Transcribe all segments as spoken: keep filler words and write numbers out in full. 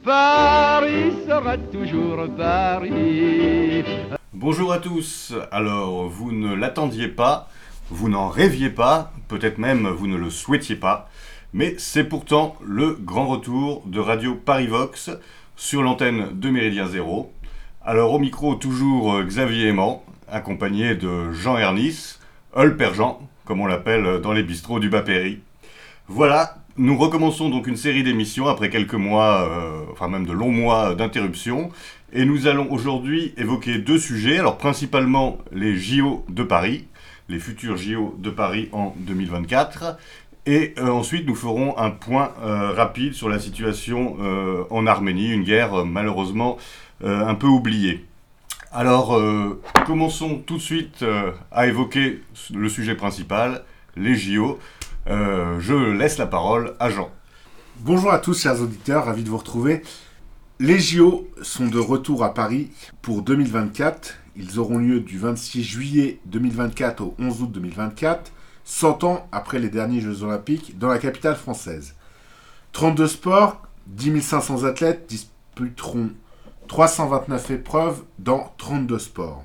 Paris sera toujours Paris. Bonjour à tous. Alors, vous ne l'attendiez pas, vous n'en rêviez pas, peut-être même vous ne le souhaitiez pas, mais c'est pourtant le grand retour de Radio Parivox sur l'antenne de Méridien Zéro. Alors au micro, toujours Xavier Aimant, accompagné de Jean Hernis, Eul Père Jean, comme on l'appelle dans les bistrots du Bas-Péry. Voilà, nous recommençons donc une série d'émissions après quelques mois, euh, enfin même de longs mois d'interruption. Et nous allons aujourd'hui évoquer deux sujets, alors principalement les J O de Paris, les futurs J O de Paris en deux mille vingt-quatre. Et euh, ensuite, nous ferons un point euh, rapide sur la situation euh, en Arménie, une guerre euh, malheureusement euh, un peu oubliée. Alors, euh, commençons tout de suite euh, à évoquer le sujet principal, les J O. Euh, je laisse la parole à Jean. Bonjour à tous, chers auditeurs, ravi de vous retrouver. Les J O sont de retour à Paris pour deux mille vingt-quatre. Ils auront lieu du vingt-six juillet deux mille vingt-quatre au onze août deux mille vingt-quatre, cent ans après les derniers Jeux Olympiques dans la capitale française. trente-deux sports, dix mille cinq cents athlètes disputeront trois cent vingt-neuf épreuves dans trente-deux sports.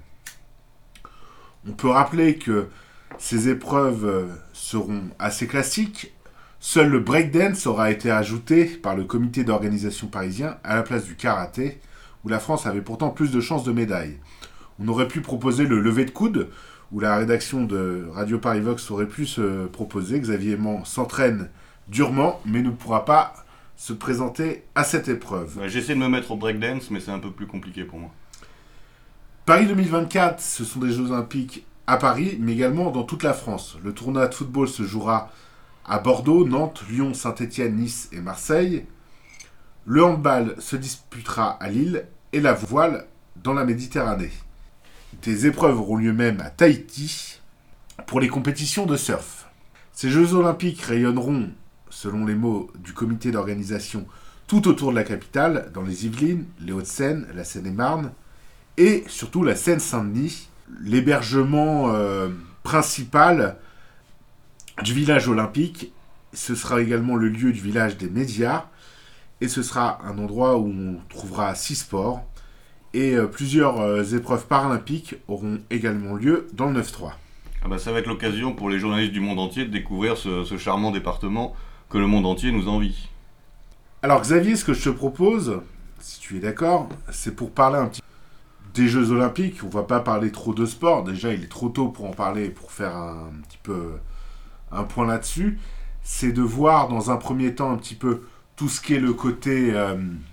On peut rappeler que ces épreuves seront assez classiques. Seul le breakdance aura été ajouté par le comité d'organisation parisien à la place du karaté, où la France avait pourtant plus de chances de médailles. On aurait pu proposer le lever de coude, où la rédaction de Radio Parivox aurait pu se proposer. Xavier Aimant s'entraîne durement, mais ne pourra pas se présenter à cette épreuve. Ouais, j'essaie de me mettre au breakdance, mais c'est un peu plus compliqué pour moi. Paris deux mille vingt-quatre, ce sont des Jeux Olympiques à Paris, mais également dans toute la France. Le tournoi de football se jouera à Bordeaux, Nantes, Lyon, Saint-Étienne, Nice et Marseille. Le handball se disputera à Lille et la voile dans la Méditerranée. Des épreuves auront lieu même à Tahiti pour les compétitions de surf. Ces Jeux Olympiques rayonneront, selon les mots du comité d'organisation, tout autour de la capitale, dans les Yvelines, les Hauts-de-Seine, la Seine-et-Marne et surtout la Seine-Saint-Denis, l'hébergement euh, principal du village olympique. Ce sera également le lieu du village des médias et ce sera un endroit où on trouvera six sports et euh, plusieurs euh, épreuves paralympiques auront également lieu dans le neuf trois. Ah bah ça va être l'occasion pour les journalistes du monde entier de découvrir ce, ce charmant département que le monde entier nous envie. Alors Xavier, ce que je te propose, si tu es d'accord, c'est pour parler un petit des Jeux Olympiques. On va pas parler trop de sport, déjà il est trop tôt pour en parler, pour faire un, un petit peu un point là-dessus. C'est de voir dans un premier temps un petit peu tout ce qui est le côté euh,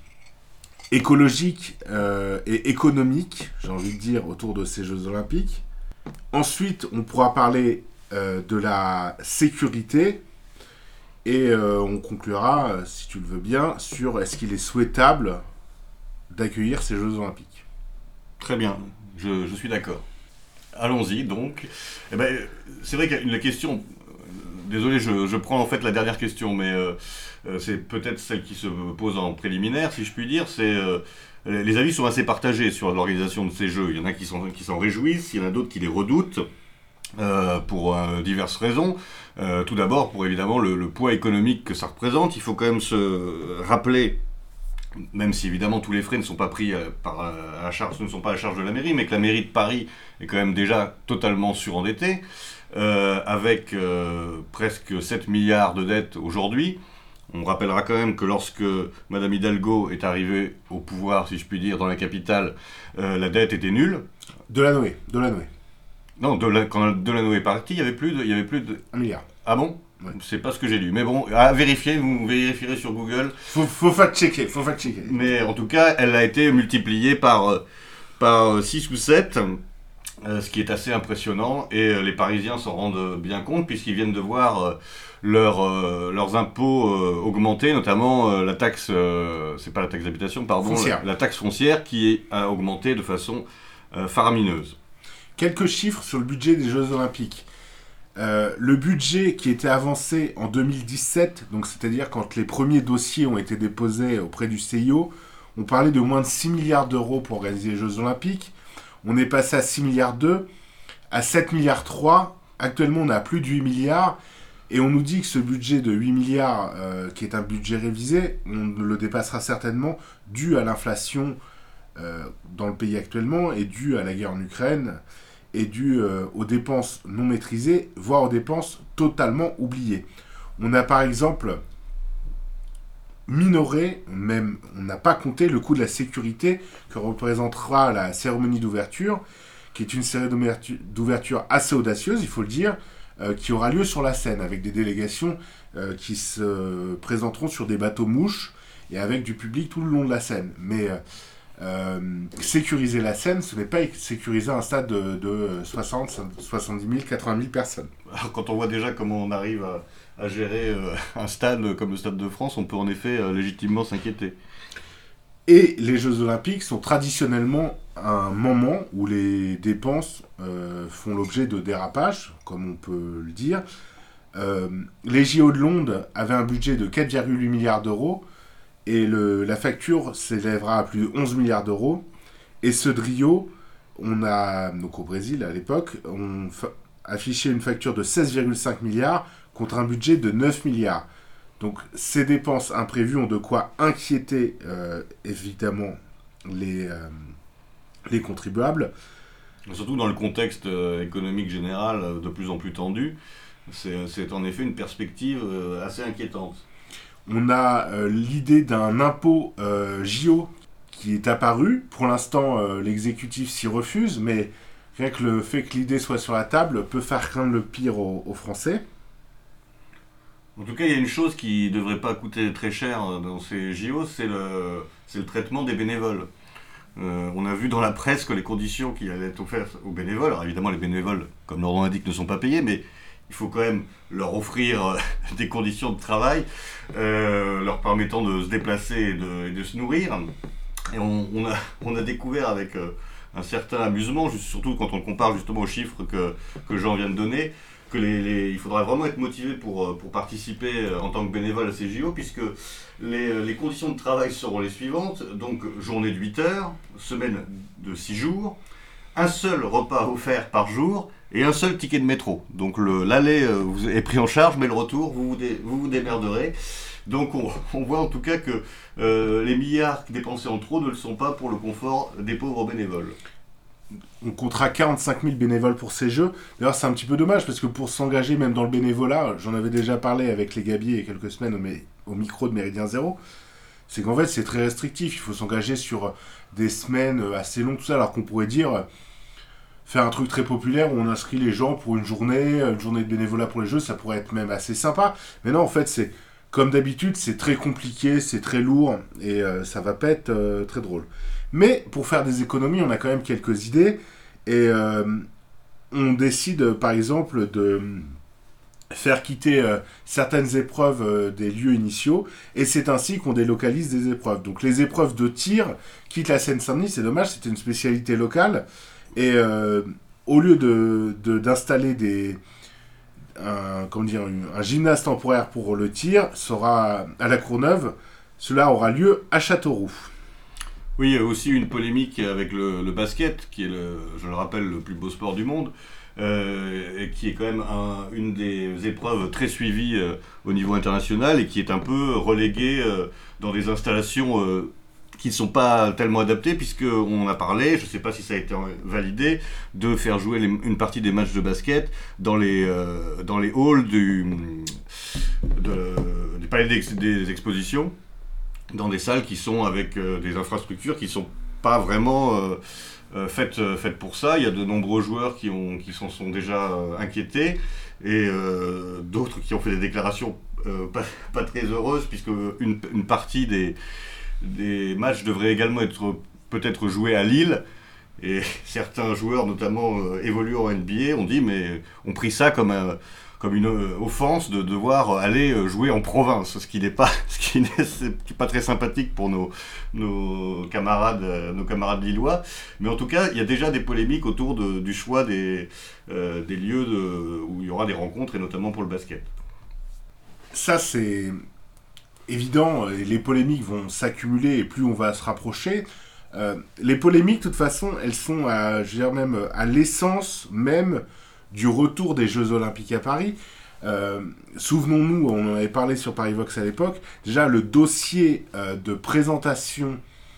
écologique euh, et économique, j'ai envie de dire, autour de ces Jeux Olympiques. Ensuite, on pourra parler euh, de la sécurité et euh, on conclura, euh, si tu le veux bien, sur est-ce qu'il est souhaitable d'accueillir ces Jeux Olympiques. Très bien, je, je suis d'accord. Allons-y donc. Eh ben, c'est vrai que la question, désolé, je, je prends en fait la dernière question, mais euh, c'est peut-être celle qui se pose en préliminaire, si je puis dire. C'est euh, les avis sont assez partagés sur l'organisation de ces Jeux. Il y en a qui s'en, qui s'en réjouissent, il y en a d'autres qui les redoutent. Euh, pour euh, diverses raisons. Euh, tout d'abord, pour évidemment le, le poids économique que ça représente. Il faut quand même se rappeler, même si évidemment tous les frais ne sont pas pris euh, par, euh, à la charge, ne sont pas à la charge de la mairie, mais que la mairie de Paris est quand même déjà totalement surendettée, euh, avec euh, presque sept milliards de dettes aujourd'hui. On rappellera quand même que lorsque Madame Hidalgo est arrivée au pouvoir, si je puis dire, dans la capitale, euh, la dette était nulle. Delanoë, Delanoë. Non, de la, quand Delanoë est parti, il y avait plus de, il y avait plus de... Un milliard. Ah bon ? Ouais. C'est pas ce que j'ai lu. Mais bon, à vérifier, vous vérifierez sur Google. Faut, faut fact-checker, faut fact-checker. Mais en tout cas, elle a été multipliée par, par six ou sept, euh, ce qui est assez impressionnant. Et euh, les Parisiens s'en rendent bien compte, puisqu'ils viennent de voir euh, leur, euh, leurs impôts euh, augmenter, notamment euh, la taxe, euh, c'est pas la taxe d'habitation, pardon, la, la taxe foncière qui est, a augmenté de façon euh, faramineuse. Quelques chiffres sur le budget des Jeux Olympiques. Euh, le budget qui était avancé en deux mille dix-sept, donc c'est-à-dire quand les premiers dossiers ont été déposés auprès du C I O, on parlait de moins de six milliards d'euros pour organiser les Jeux Olympiques. On est passé à six milliards deux, à sept milliards trois. Actuellement, on a plus de huit milliards. Et on nous dit que ce budget de huit milliards, euh, qui est un budget révisé, on le dépassera certainement dû à l'inflation euh, dans le pays actuellement et dû à la guerre en Ukraine et dû euh, aux dépenses non maîtrisées, voire aux dépenses totalement oubliées. On a par exemple minoré, même on n'a pas compté le coût de la sécurité que représentera la cérémonie d'ouverture, qui est une cérémonie d'ouverture assez audacieuse, il faut le dire, Euh, qui aura lieu sur la Seine, avec des délégations euh, qui se présenteront sur des bateaux mouches et avec du public tout le long de la Seine. Mais euh, euh, sécuriser la Seine, ce n'est pas sécuriser un stade de, de soixante, soixante-dix mille, quatre-vingt mille personnes. Alors, quand on voit déjà comment on arrive à, à gérer euh, un stade comme le Stade de France, on peut en effet euh, légitimement s'inquiéter. Et les Jeux Olympiques sont traditionnellement un moment où les dépenses euh, font l'objet de dérapages, comme on peut le dire. Euh, les J O de Londres avaient un budget de quatre virgule huit milliards d'euros et le, la facture s'élèvera à plus de onze milliards d'euros. Et ceux de Rio, on a, donc au Brésil à l'époque, on fa- affiché une facture de seize virgule cinq milliards contre un budget de neuf milliards. Donc ces dépenses imprévues ont de quoi inquiéter euh, évidemment les, euh, les contribuables. Surtout dans le contexte euh, économique général euh, de plus en plus tendu, c'est, c'est en effet une perspective euh, assez inquiétante. On a euh, l'idée d'un impôt euh, J O qui est apparu. Pour l'instant, euh, l'exécutif s'y refuse, mais rien que le fait que l'idée soit sur la table peut faire craindre le pire aux, aux Français. En tout cas, il y a une chose qui ne devrait pas coûter très cher dans ces J O, c'est le, c'est le traitement des bénévoles. Euh, on a vu dans la presse que les conditions qui allaient être offertes aux bénévoles, alors évidemment les bénévoles, comme leur nom l'indique, ne sont pas payés, mais il faut quand même leur offrir des conditions de travail, euh, leur permettant de se déplacer et de, et de se nourrir. Et on, on, a, on a découvert avec euh, un certain amusement, surtout quand on compare justement aux chiffres que, que Jean vient de donner, que les, les, il faudra vraiment être motivé pour, pour participer en tant que bénévole à ces J O, puisque les, les conditions de travail seront les suivantes. Donc journée de huit heures, semaine de six jours, un seul repas offert par jour et un seul ticket de métro. Donc le, l'aller euh, vous est pris en charge, mais le retour, vous vous, dé, vous, vous démerderez. Donc on, on voit en tout cas que euh, les milliards dépensés en trop ne le sont pas pour le confort des pauvres bénévoles. On comptera quarante-cinq mille bénévoles pour ces Jeux. D'ailleurs, c'est un petit peu dommage, parce que pour s'engager même dans le bénévolat, j'en avais déjà parlé avec les Gabiers il y a quelques semaines au, au micro de Méridien Zéro, c'est qu'en fait, c'est très restrictif. Il faut s'engager sur des semaines assez longues, tout ça, alors qu'on pourrait dire, faire un truc très populaire où on inscrit les gens pour une journée, une journée de bénévolat pour les Jeux, ça pourrait être même assez sympa. Mais non, en fait, c'est comme d'habitude, c'est très compliqué, c'est très lourd, et euh, ça va pas être euh, très drôle. Mais pour faire des économies, on a quand même quelques idées. Et euh, on décide, par exemple, de faire quitter euh, certaines épreuves euh, des lieux initiaux. Et c'est ainsi qu'on délocalise des épreuves. Donc les épreuves de tir quittent la Seine-Saint-Denis. C'est dommage, c'était une spécialité locale. Et euh, au lieu de, de, d'installer des, un, comment dire, un gymnase temporaire pour le tir, sera à la Courneuve. Cela aura lieu à Châteauroux. Oui, il y a aussi une polémique avec le, le basket, qui est, le, je le rappelle, le plus beau sport du monde, euh, et qui est quand même un, une des épreuves très suivies euh, au niveau international, et qui est un peu reléguée euh, dans des installations euh, qui ne sont pas tellement adaptées, puisqu'on a parlé, je ne sais pas si ça a été validé, de faire jouer les, une partie des matchs de basket dans les, euh, dans les halls du, de, du palais des, des expositions, dans des salles qui sont avec euh, des infrastructures qui ne sont pas vraiment euh, euh, faites, euh, faites pour ça. Il y a de nombreux joueurs qui, ont, qui s'en sont déjà euh, inquiétés, et euh, d'autres qui ont fait des déclarations euh, pas, pas très heureuses, puisque une, une partie des, des matchs devrait également être peut-être joués à Lille. Et certains joueurs, notamment euh, évoluant en N B A, ont dit, mais ont pris ça comme un... comme une euh, offense de devoir aller euh, jouer en province, ce qui n'est pas, ce qui n'est c'est pas très sympathique pour nos, nos, camarades, euh, nos camarades lillois. Mais en tout cas, il y a déjà des polémiques autour de, du choix des, euh, des lieux de, où il y aura des rencontres, et notamment pour le basket. Ça, c'est évident, les polémiques vont s'accumuler et plus on va se rapprocher. Euh, les polémiques, de toute façon, elles sont à, je veux dire même, à l'essence même du retour des Jeux Olympiques à Paris. Euh, souvenons-nous, on en avait parlé sur Parivox à l'époque, déjà le dossier euh, de présentation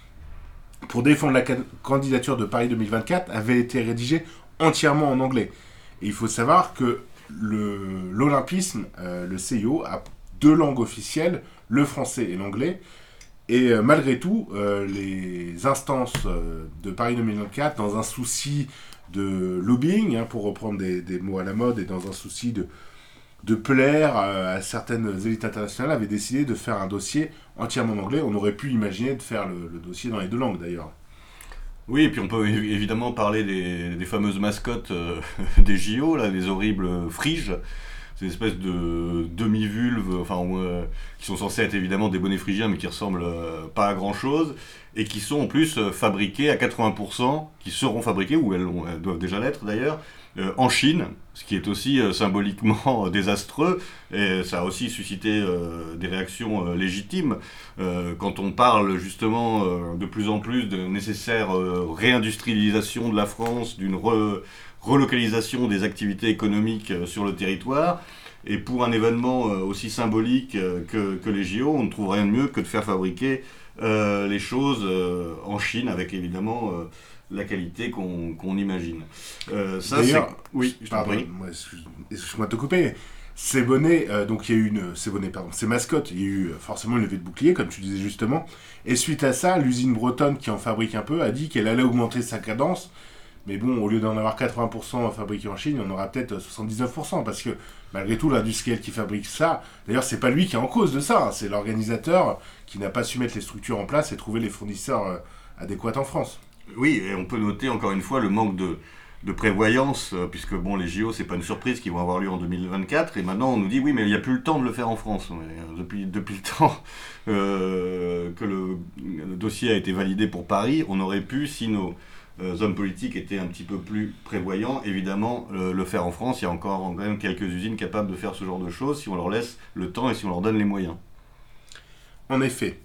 pour défendre la ca- candidature de Paris deux mille vingt-quatre avait été rédigé entièrement en anglais. Et il faut savoir que le, l'Olympisme, euh, le C I O, a deux langues officielles, le français et l'anglais. Et euh, malgré tout, euh, les instances euh, de Paris deux mille vingt-quatre, dans un souci de lobbying, hein, pour reprendre des, des mots à la mode, et dans un souci de, de plaire euh, à certaines élites internationales, avaient décidé de faire un dossier entièrement en anglais. On aurait pu imaginer de faire le, le dossier dans les deux langues, d'ailleurs. Oui, et puis on peut é- évidemment parler des, des fameuses mascottes euh, des J O, là, les horribles friges, ces espèces de demi-vulves, enfin, euh, qui sont censés être évidemment des bonnets phrygiens, mais qui ressemblent euh, pas à grand-chose, et qui sont en plus euh, fabriqués à quatre-vingts pour cent, qui seront fabriqués, ou elles, ont- elles doivent déjà l'être d'ailleurs, euh, en Chine, ce qui est aussi euh, symboliquement désastreux, et ça a aussi suscité euh, des réactions euh, légitimes. Euh, quand on parle justement euh, de plus en plus de nécessaire euh, réindustrialisation de la France, d'une re- relocalisation des activités économiques euh, sur le territoire, et pour un événement euh, aussi symbolique euh, que, que les J O, on ne trouve rien de mieux que de faire fabriquer euh, les choses euh, en Chine, avec évidemment euh, la qualité qu'on qu'on imagine. Euh, ça, c'est... D'ailleurs, Oui, je t'en pardon, prie. moi, excuse- excuse-moi de te couper. Ces bonnets, euh, donc il y a eu une, ces bonnets, pardon, ces mascottes, il y a eu euh, forcément une levée de bouclier, comme tu disais justement. Et suite à ça, l'usine bretonne qui en fabrique un peu a dit qu'elle allait augmenter sa cadence. Mais bon, au lieu d'en avoir quatre-vingts pour cent fabriqués en Chine, il y en aura peut-être soixante-dix-neuf pour cent, parce que malgré tout, l'industriel qui fabrique ça, d'ailleurs, c'est pas lui qui est en cause de ça, hein, c'est l'organisateur qui n'a pas su mettre les structures en place et trouver les fournisseurs euh, adéquats en France. Oui, et on peut noter encore une fois le manque de, de prévoyance, euh, puisque bon, les J O, c'est pas une surprise, qui vont avoir lieu en deux mille vingt-quatre, et maintenant on nous dit oui, mais il n'y a plus le temps de le faire en France. Mais, euh, depuis, depuis le temps euh, que le, le dossier a été validé pour Paris, on aurait pu, si nos euh, hommes politiques étaient un petit peu plus prévoyants, évidemment, euh, le faire en France. Il y a encore quand même quelques usines capables de faire ce genre de choses, si on leur laisse le temps et si on leur donne les moyens. En effet.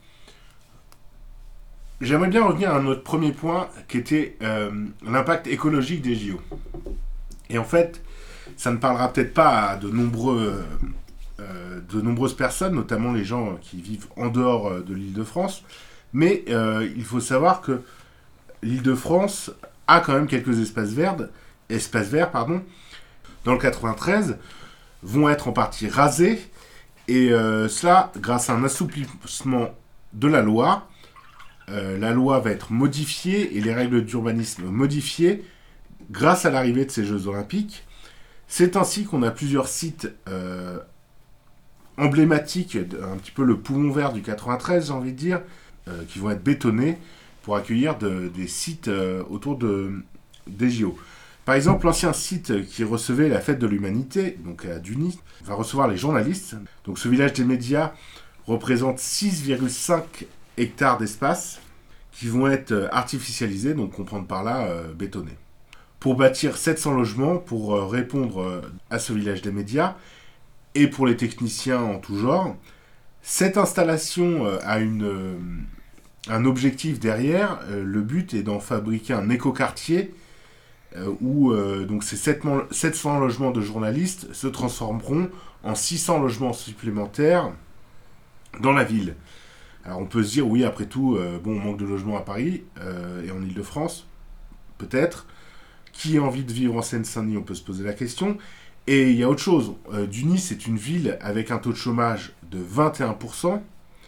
J'aimerais bien revenir à notre premier point, qui était euh, l'impact écologique des J O. Et en fait, ça ne parlera peut-être pas à de, nombreux, euh, de nombreuses personnes, notamment les gens qui vivent en dehors de l'Île-de-France, mais euh, il faut savoir que l'Île-de-France a quand même quelques espaces verts, espaces verts pardon, dans le quatre-vingt-treize, vont être en partie rasés, et euh, cela grâce à un assouplissement de la loi. Euh, la loi va être modifiée et les règles d'urbanisme modifiées grâce à l'arrivée de ces Jeux Olympiques. C'est ainsi qu'on a plusieurs sites euh, emblématiques, un petit peu le poumon vert du quatre-vingt-treize, j'ai envie de dire, euh, qui vont être bétonnés pour accueillir de, des sites euh, autour de, des J O. Par exemple, l'ancien site qui recevait la fête de l'humanité, donc à Duny, va recevoir les journalistes. Donc ce village des médias représente six virgule cinq hectares d'espace qui vont être artificialisés, donc comprendre par là euh, bétonnés. Pour bâtir sept cents logements, pour euh, répondre euh, à ce village des médias, et pour les techniciens en tout genre, cette installation euh, a une, euh, un objectif derrière. Euh, le but est d'en fabriquer un écoquartier euh, où euh, donc ces sept cents logements de journalistes se transformeront en six cents logements supplémentaires dans la ville. Alors on peut se dire, oui, après tout, euh, bon, on manque de logements à Paris euh, et en Ile-de-France, peut-être. Qui a envie de vivre en Seine-Saint-Denis, on peut se poser la question. Et il y a autre chose. Euh, Duny, c'est une ville avec un taux de chômage de vingt et un pour cent.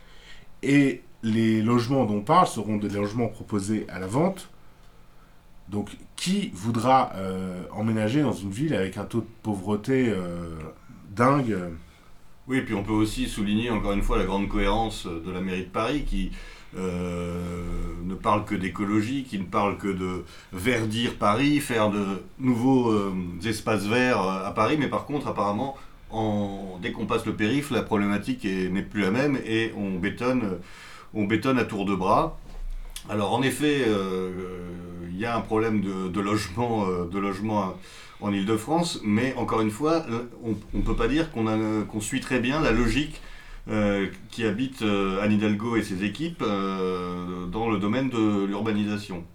Et les logements dont on parle seront des logements proposés à la vente. Donc, qui voudra euh, emménager dans une ville avec un taux de pauvreté euh, dingue ? Oui, et puis on peut aussi souligner encore une fois la grande cohérence de la mairie de Paris qui euh, ne parle que d'écologie, qui ne parle que de verdir Paris, faire de nouveaux euh, espaces verts à Paris, mais par contre apparemment, en, dès qu'on passe le périph', la problématique est- n'est plus la même et on bétonne, on bétonne à tour de bras. Alors en effet, euh, il y a un problème de, de logement, euh, de logement en Île-de-France, mais encore une fois, on ne peut pas dire qu'on a- qu'on suit très bien la logique euh, qui habite euh, Anne Hidalgo et ses équipes euh, dans le domaine de l'urbanisation.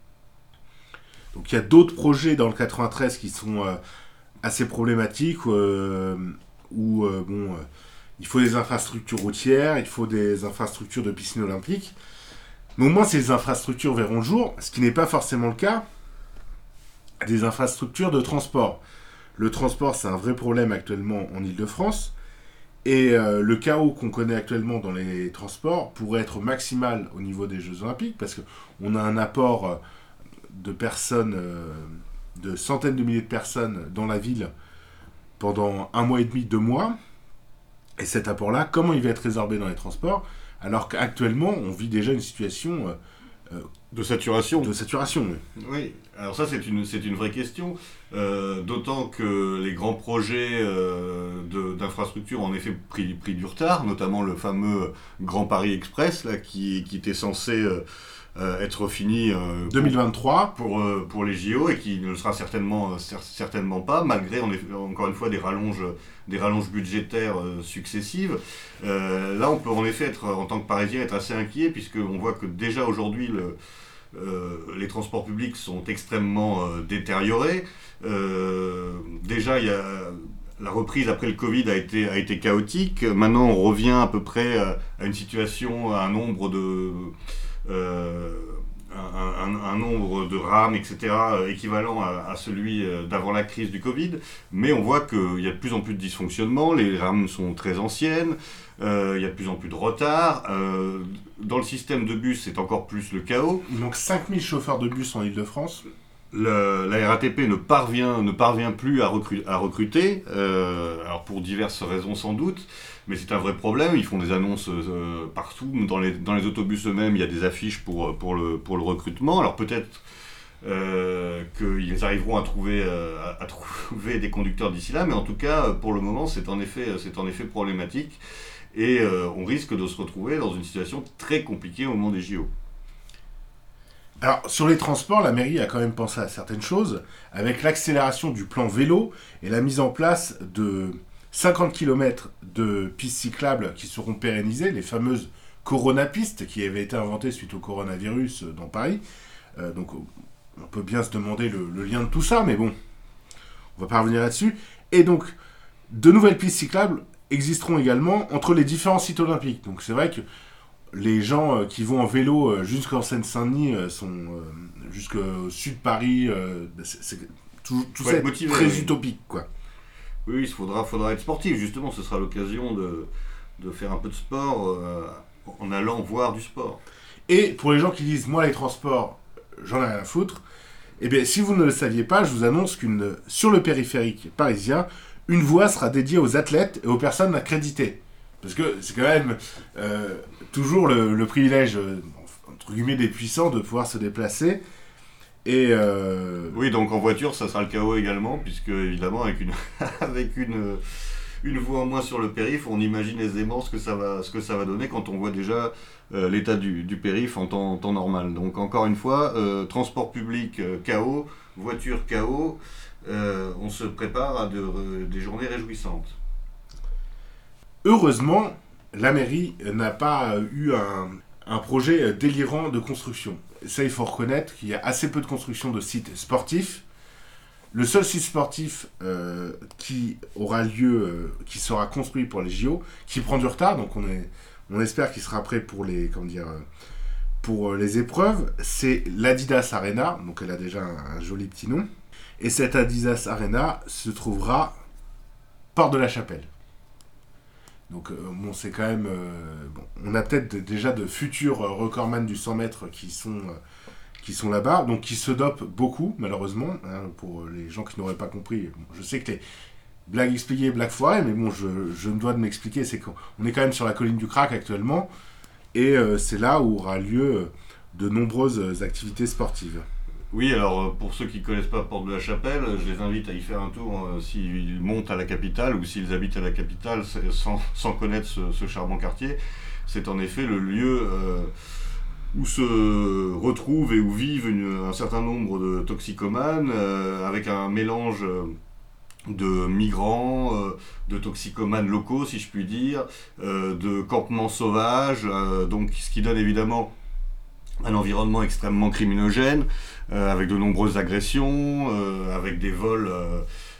Donc il y a d'autres projets dans le quatre-vingt-treize qui sont euh, assez problématiques. Euh, où euh, bon, euh, il faut des infrastructures routières, il faut des infrastructures de piscine olympique. Mais au moins, ces infrastructures verront le jour, ce qui n'est pas forcément le cas des infrastructures de transport. Le transport, c'est un vrai problème actuellement en Île-de-France. Et euh, le chaos qu'on connaît actuellement dans les transports pourrait être maximal au niveau des Jeux Olympiques, parce qu'on a un apport de personnes, euh, de centaines de milliers de personnes dans la ville pendant un mois et demi, deux mois. Et cet apport-là, comment il va être résorbé dans les transports, alors qu'actuellement, on vit déjà une situation... Euh, euh, de saturation. De saturation, oui. Oui, alors ça c'est une, c'est une vraie question, euh, d'autant que les grands projets euh, de, d'infrastructure ont en effet pris, pris du retard, notamment le fameux Grand Paris Express, là, qui, qui était censé euh, euh, être fini euh, deux mille vingt-trois pour, pour, euh, pour les J O et qui ne le sera certainement, euh, cer- certainement pas, malgré en effet, encore une fois des rallonges, des rallonges budgétaires euh, successives. Euh, là on peut en effet être, en tant que Parisien, être assez inquiet, puisqu'on voit que déjà aujourd'hui le Euh, les transports publics sont extrêmement euh, détériorés. Euh, déjà, il y a, la reprise après le Covid a été, a été chaotique. Maintenant, on revient à peu près à, à une situation, à un nombre de, euh, un, un, un nombre de rames, et cetera, équivalent à, à celui d'avant la crise du Covid. Mais on voit qu'il y a de plus en plus de dysfonctionnements. Les rames sont très anciennes. Euh, il y a de plus en plus de retard. Euh, dans le système de bus, c'est encore plus le chaos. Il manque cinq mille chauffeurs de bus en Île-de-France. Le, la R A T P ne parvient, ne parvient plus à, recru- à recruter, euh, alors pour diverses raisons sans doute, mais c'est un vrai problème. Ils font des annonces euh, partout. Dans les, dans les autobus eux-mêmes, il y a des affiches pour, pour, le, pour le recrutement. Alors peut-être euh, qu'ils arriveront à trouver, euh, à, à trouver des conducteurs d'ici là, mais en tout cas, pour le moment, c'est en effet, c'est en effet problématique. Et euh, on risque de se retrouver dans une situation très compliquée au moment des J O. Alors, sur les transports, la mairie a quand même pensé à certaines choses, avec l'accélération du plan vélo et la mise en place de cinquante kilomètres de pistes cyclables qui seront pérennisées, les fameuses coronapistes qui avaient été inventées suite au coronavirus dans Paris. Euh, donc, on peut bien se demander le, le lien de tout ça, mais bon, on va pas revenir là-dessus. Et donc, de nouvelles pistes cyclables existeront également entre les différents sites olympiques. Donc c'est vrai que les gens euh, qui vont en vélo euh, jusqu'en Seine-Saint-Denis euh, sont euh, jusqu'au sud de Paris, euh, c'est, c'est, tout, tout ça est motivé, très oui. utopique, quoi. Oui, il faudra, faudra être sportif, justement, ce sera l'occasion de, de faire un peu de sport euh, en allant voir du sport. Et pour les gens qui disent, moi les transports, j'en ai rien à foutre, eh bien si vous ne le saviez pas, je vous annonce qu'une sur le périphérique parisien, une voie sera dédiée aux athlètes et aux personnes accréditées. Parce que c'est quand même euh, toujours le, le privilège, euh, entre guillemets, des puissants de pouvoir se déplacer. Et euh... Oui, donc en voiture, ça sera le chaos également, puisque évidemment, avec une, avec une, une voie en moins sur le périph', on imagine aisément ce que ça va, ce que ça va donner quand on voit déjà euh, l'état du, du périph' en temps, temps normal. Donc encore une fois, euh, transport public, euh, chaos, voiture, chaos. Euh, on se prépare à de, euh, des journées réjouissantes. Heureusement, la mairie n'a pas eu un, un projet délirant de construction. Ça, il faut reconnaître qu'il y a assez peu de construction de sites sportifs. Le seul site sportif euh, qui aura lieu, euh, qui sera construit pour les J O, qui prend du retard, donc on, est, on espère qu'il sera prêt pour les, comment dire, pour les épreuves, c'est l'Adidas Arena, donc elle a déjà un, un joli petit nom. Et cette Adidas Arena se trouvera Porte de la Chapelle. Donc, euh, bon, c'est quand même... Euh, bon, on a peut-être de, déjà de futurs euh, recordman du cent mètres qui sont, euh, qui sont là-bas, donc qui se dopent beaucoup, malheureusement, hein, pour les gens qui n'auraient pas compris. Bon, je sais que les blagues expliquées, blagues foirées, mais bon, je, je me dois de m'expliquer, c'est qu'on est quand même sur la colline du Crac actuellement, et euh, c'est là où aura lieu de nombreuses activités sportives. Oui, alors pour ceux qui ne connaissent pas Porte de la Chapelle, je les invite à y faire un tour euh, s'ils montent à la capitale ou s'ils habitent à la capitale sans, sans connaître ce, ce charmant quartier. C'est en effet le lieu euh, où se retrouvent et où vivent une, un certain nombre de toxicomanes euh, avec un mélange de migrants, euh, de toxicomanes locaux si je puis dire, euh, de campements sauvages, euh, donc ce qui donne évidemment un environnement extrêmement criminogène, euh, avec de nombreuses agressions, euh, avec des vols, euh,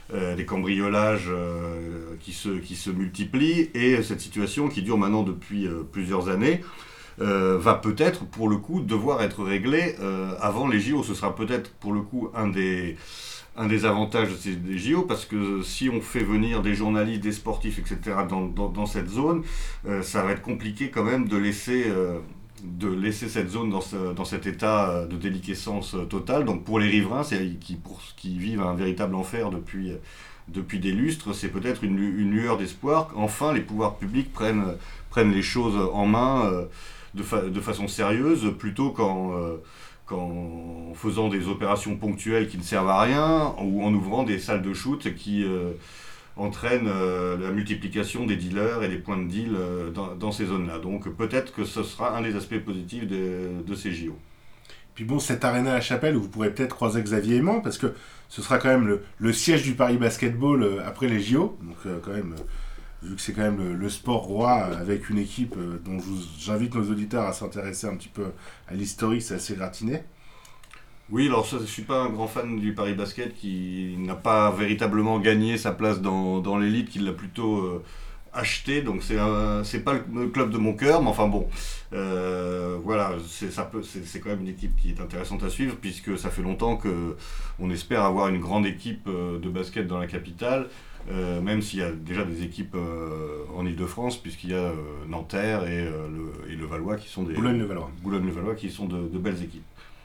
euh, des cambriolages euh, qui, se, qui se multiplient, et cette situation qui dure maintenant depuis euh, plusieurs années euh, va peut-être pour le coup devoir être réglée euh, avant les J O. Ce sera peut-être pour le coup un des... un des avantages des J O, parce que si on fait venir des journalistes, des sportifs, et cetera dans, dans, dans cette zone, euh, ça va être compliqué quand même de laisser, euh, de laisser cette zone dans, ce, dans cet état de déliquescence totale. Donc pour les riverains, c'est, qui, pour, qui vivent un véritable enfer depuis, depuis des lustres, c'est peut-être une, une lueur d'espoir qu'enfin les pouvoirs publics prennent, prennent les choses en main euh, de, fa, de façon sérieuse, plutôt qu'en... Euh, qu'en faisant des opérations ponctuelles qui ne servent à rien, ou en ouvrant des salles de shoot qui euh, entraînent euh, la multiplication des dealers et des points de deal euh, dans, dans ces zones-là. Donc peut-être que ce sera un des aspects positifs de, de ces J O. Puis bon, cette Arena La Chapelle, où vous pourrez peut-être croiser Xavier Aimant, parce que ce sera quand même le, le siège du Paris Basketball euh, après les J O, donc euh, quand même... Euh, vu que c'est quand même le, le sport roi, avec une équipe euh, dont je vous, j'invite nos auditeurs à s'intéresser un petit peu à l'historique, c'est assez gratiné. Oui, alors ça, je ne suis pas un grand fan du Paris Basket, qui n'a pas véritablement gagné sa place dans, dans l'élite, qui l'a plutôt euh, acheté, donc c'est, un, c'est pas le club de mon cœur, mais enfin bon, euh, voilà, c'est, ça peut, c'est, c'est quand même une équipe qui est intéressante à suivre, puisque ça fait longtemps qu'on espère avoir une grande équipe de basket dans la capitale. Euh, même s'il y a déjà des équipes euh, en Ile-de-France, puisqu'il y a euh, Nanterre et, euh, le, et le Valois qui sont des Boulogne-le-Valois. Boulogne-le-Valois qui sont de, de belles équipes.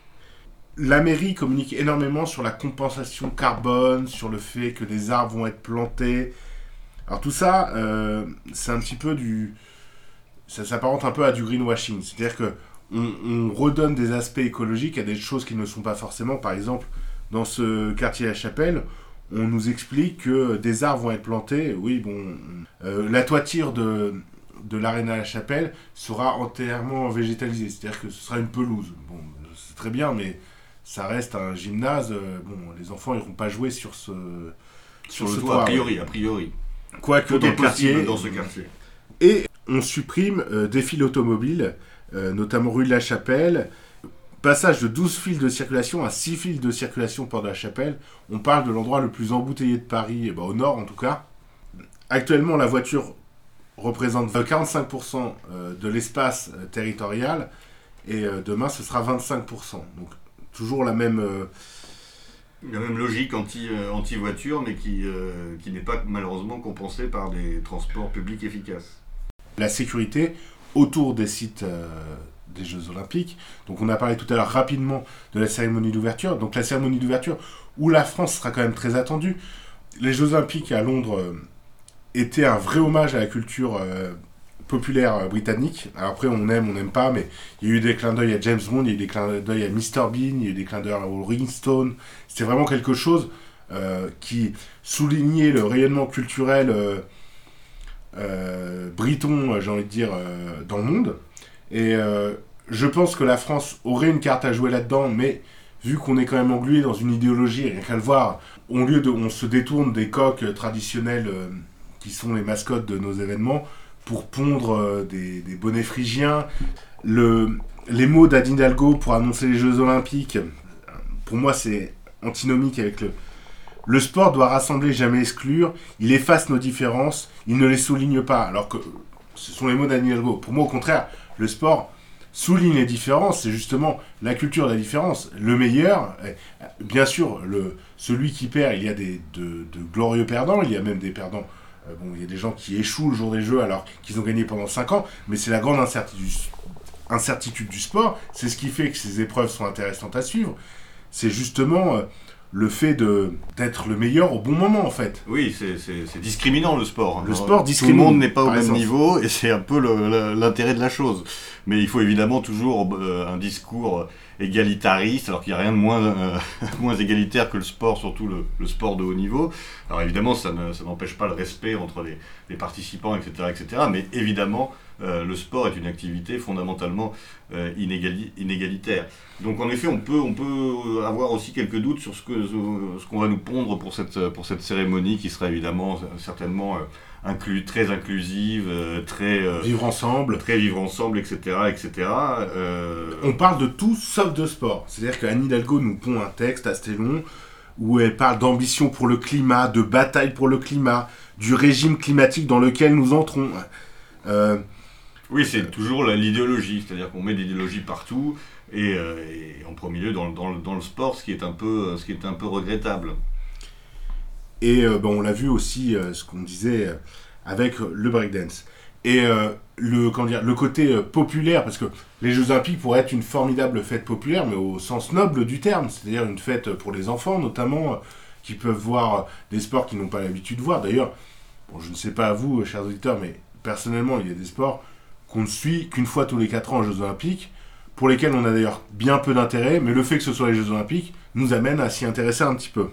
La mairie communique énormément sur la compensation carbone, sur le fait que des arbres vont être plantés. Alors tout ça, euh, c'est un petit peu du... ça s'apparente un peu à du greenwashing. C'est-à-dire que on, on redonne des aspects écologiques à des choses qui ne sont pas forcément. Par exemple, dans ce quartier La Chapelle, on nous explique que des arbres vont être plantés. Oui, bon, euh, la toiture de, de l'Arena La Chapelle sera entièrement végétalisée. C'est-à-dire que ce sera une pelouse. Bon, c'est très bien, mais ça reste un gymnase. Euh, bon, les enfants n'iront pas jouer sur ce sur, sur ce toit. A priori, a priori. Quoique dans le quartier. Dans ce quartier. Et on supprime euh, des fils automobiles, euh, notamment rue de la Chapelle. Passage de douze fils de circulation à six fils de circulation Porte de la Chapelle. On parle de l'endroit le plus embouteillé de Paris, eh ben, au nord en tout cas. Actuellement, la voiture représente quarante-cinq pour cent de l'espace territorial, et demain ce sera vingt-cinq pour cent. Donc toujours la même... Euh... La même logique anti, euh, anti-voiture, mais qui, euh, qui n'est pas malheureusement compensée par des transports publics efficaces. La sécurité autour des sites... Euh... des Jeux Olympiques. Donc on a parlé tout à l'heure rapidement de la cérémonie d'ouverture. Donc la cérémonie d'ouverture où la France sera quand même très attendue. Les Jeux Olympiques à Londres euh, étaient un vrai hommage à la culture euh, populaire euh, britannique. Alors après on aime, on n'aime pas, mais il y a eu des clins d'œil à James Bond, il y a eu des clins d'œil à mister Bean, il y a eu des clins d'œil au Rolling Stone. C'était vraiment quelque chose euh, qui soulignait le rayonnement culturel euh, euh, briton, j'ai envie de dire, euh, dans le monde. Et euh, je pense que la France aurait une carte à jouer là-dedans, mais vu qu'on est quand même englué dans une idéologie, rien qu'à le voir, au lieu de, on se détourne des coqs traditionnels euh, qui sont les mascottes de nos événements pour pondre euh, des, des bonnets phrygiens. Le, les mots d'Anne Hidalgo pour annoncer les Jeux Olympiques, pour moi c'est antinomique avec le... Le sport doit rassembler, jamais exclure. Il efface nos différences, il ne les souligne pas, alors que ce sont les mots d'Anne Hidalgo. Pour moi, au contraire, le sport souligne les différences, c'est justement la culture de la différence. Le meilleur, bien sûr, le, celui qui perd, il y a des, de, de glorieux perdants, il y a même des perdants, euh, bon, il y a des gens qui échouent le jour des Jeux alors qu'ils ont gagné pendant cinq ans, mais c'est la grande incertitude, incertitude du sport, c'est ce qui fait que ces épreuves sont intéressantes à suivre, c'est justement... Euh, le fait de, d'être le meilleur au bon moment, en fait. Oui, c'est, c'est, c'est discriminant, le sport. Le Alors, sport discrimine. Tout le monde n'est pas au même essence. niveau, et c'est un peu le, le, l'intérêt de la chose. Mais il faut évidemment toujours euh, un discours égalitariste, alors qu'il n'y a rien de moins, euh, moins égalitaire que le sport, surtout le, le sport de haut niveau. Alors évidemment, ça, ne, ça n'empêche pas le respect entre les, les participants, et cetera, et cetera. Mais évidemment, euh, le sport est une activité fondamentalement euh, inégali- inégalitaire. Donc en effet, on peut, on peut avoir aussi quelques doutes sur ce, que, ce qu'on va nous pondre pour cette, pour cette cérémonie, qui sera évidemment certainement... Euh, Inclus, très inclusive, euh, très... Euh, vivre ensemble. Très vivre ensemble, et cetera, et cetera. Euh... On parle de tout sauf de sport. C'est-à-dire qu'Anne Hidalgo nous pond un texte assez long où elle parle d'ambition pour le climat, de bataille pour le climat, du régime climatique dans lequel nous entrons. Euh, oui, c'est euh, toujours la, l'idéologie, c'est-à-dire qu'on met l'idéologie partout, et, euh, et en premier lieu dans, dans, dans le sport, ce qui est un peu, ce qui est un peu regrettable. Et euh, bon, on l'a vu aussi, euh, ce qu'on disait, euh, avec le breakdance. Et euh, le, comment dire, le côté euh, populaire, parce que les Jeux Olympiques pourraient être une formidable fête populaire, mais au sens noble du terme, c'est-à-dire une fête pour les enfants, notamment, euh, qui peuvent voir euh, des sports qu'ils n'ont pas l'habitude de voir. D'ailleurs, bon, je ne sais pas à vous, euh, chers auditeurs, mais personnellement, il y a des sports qu'on ne suit qu'une fois tous les quatre ans aux Jeux Olympiques, pour lesquels on a d'ailleurs bien peu d'intérêt, mais le fait que ce soit les Jeux Olympiques nous amène à s'y intéresser un petit peu.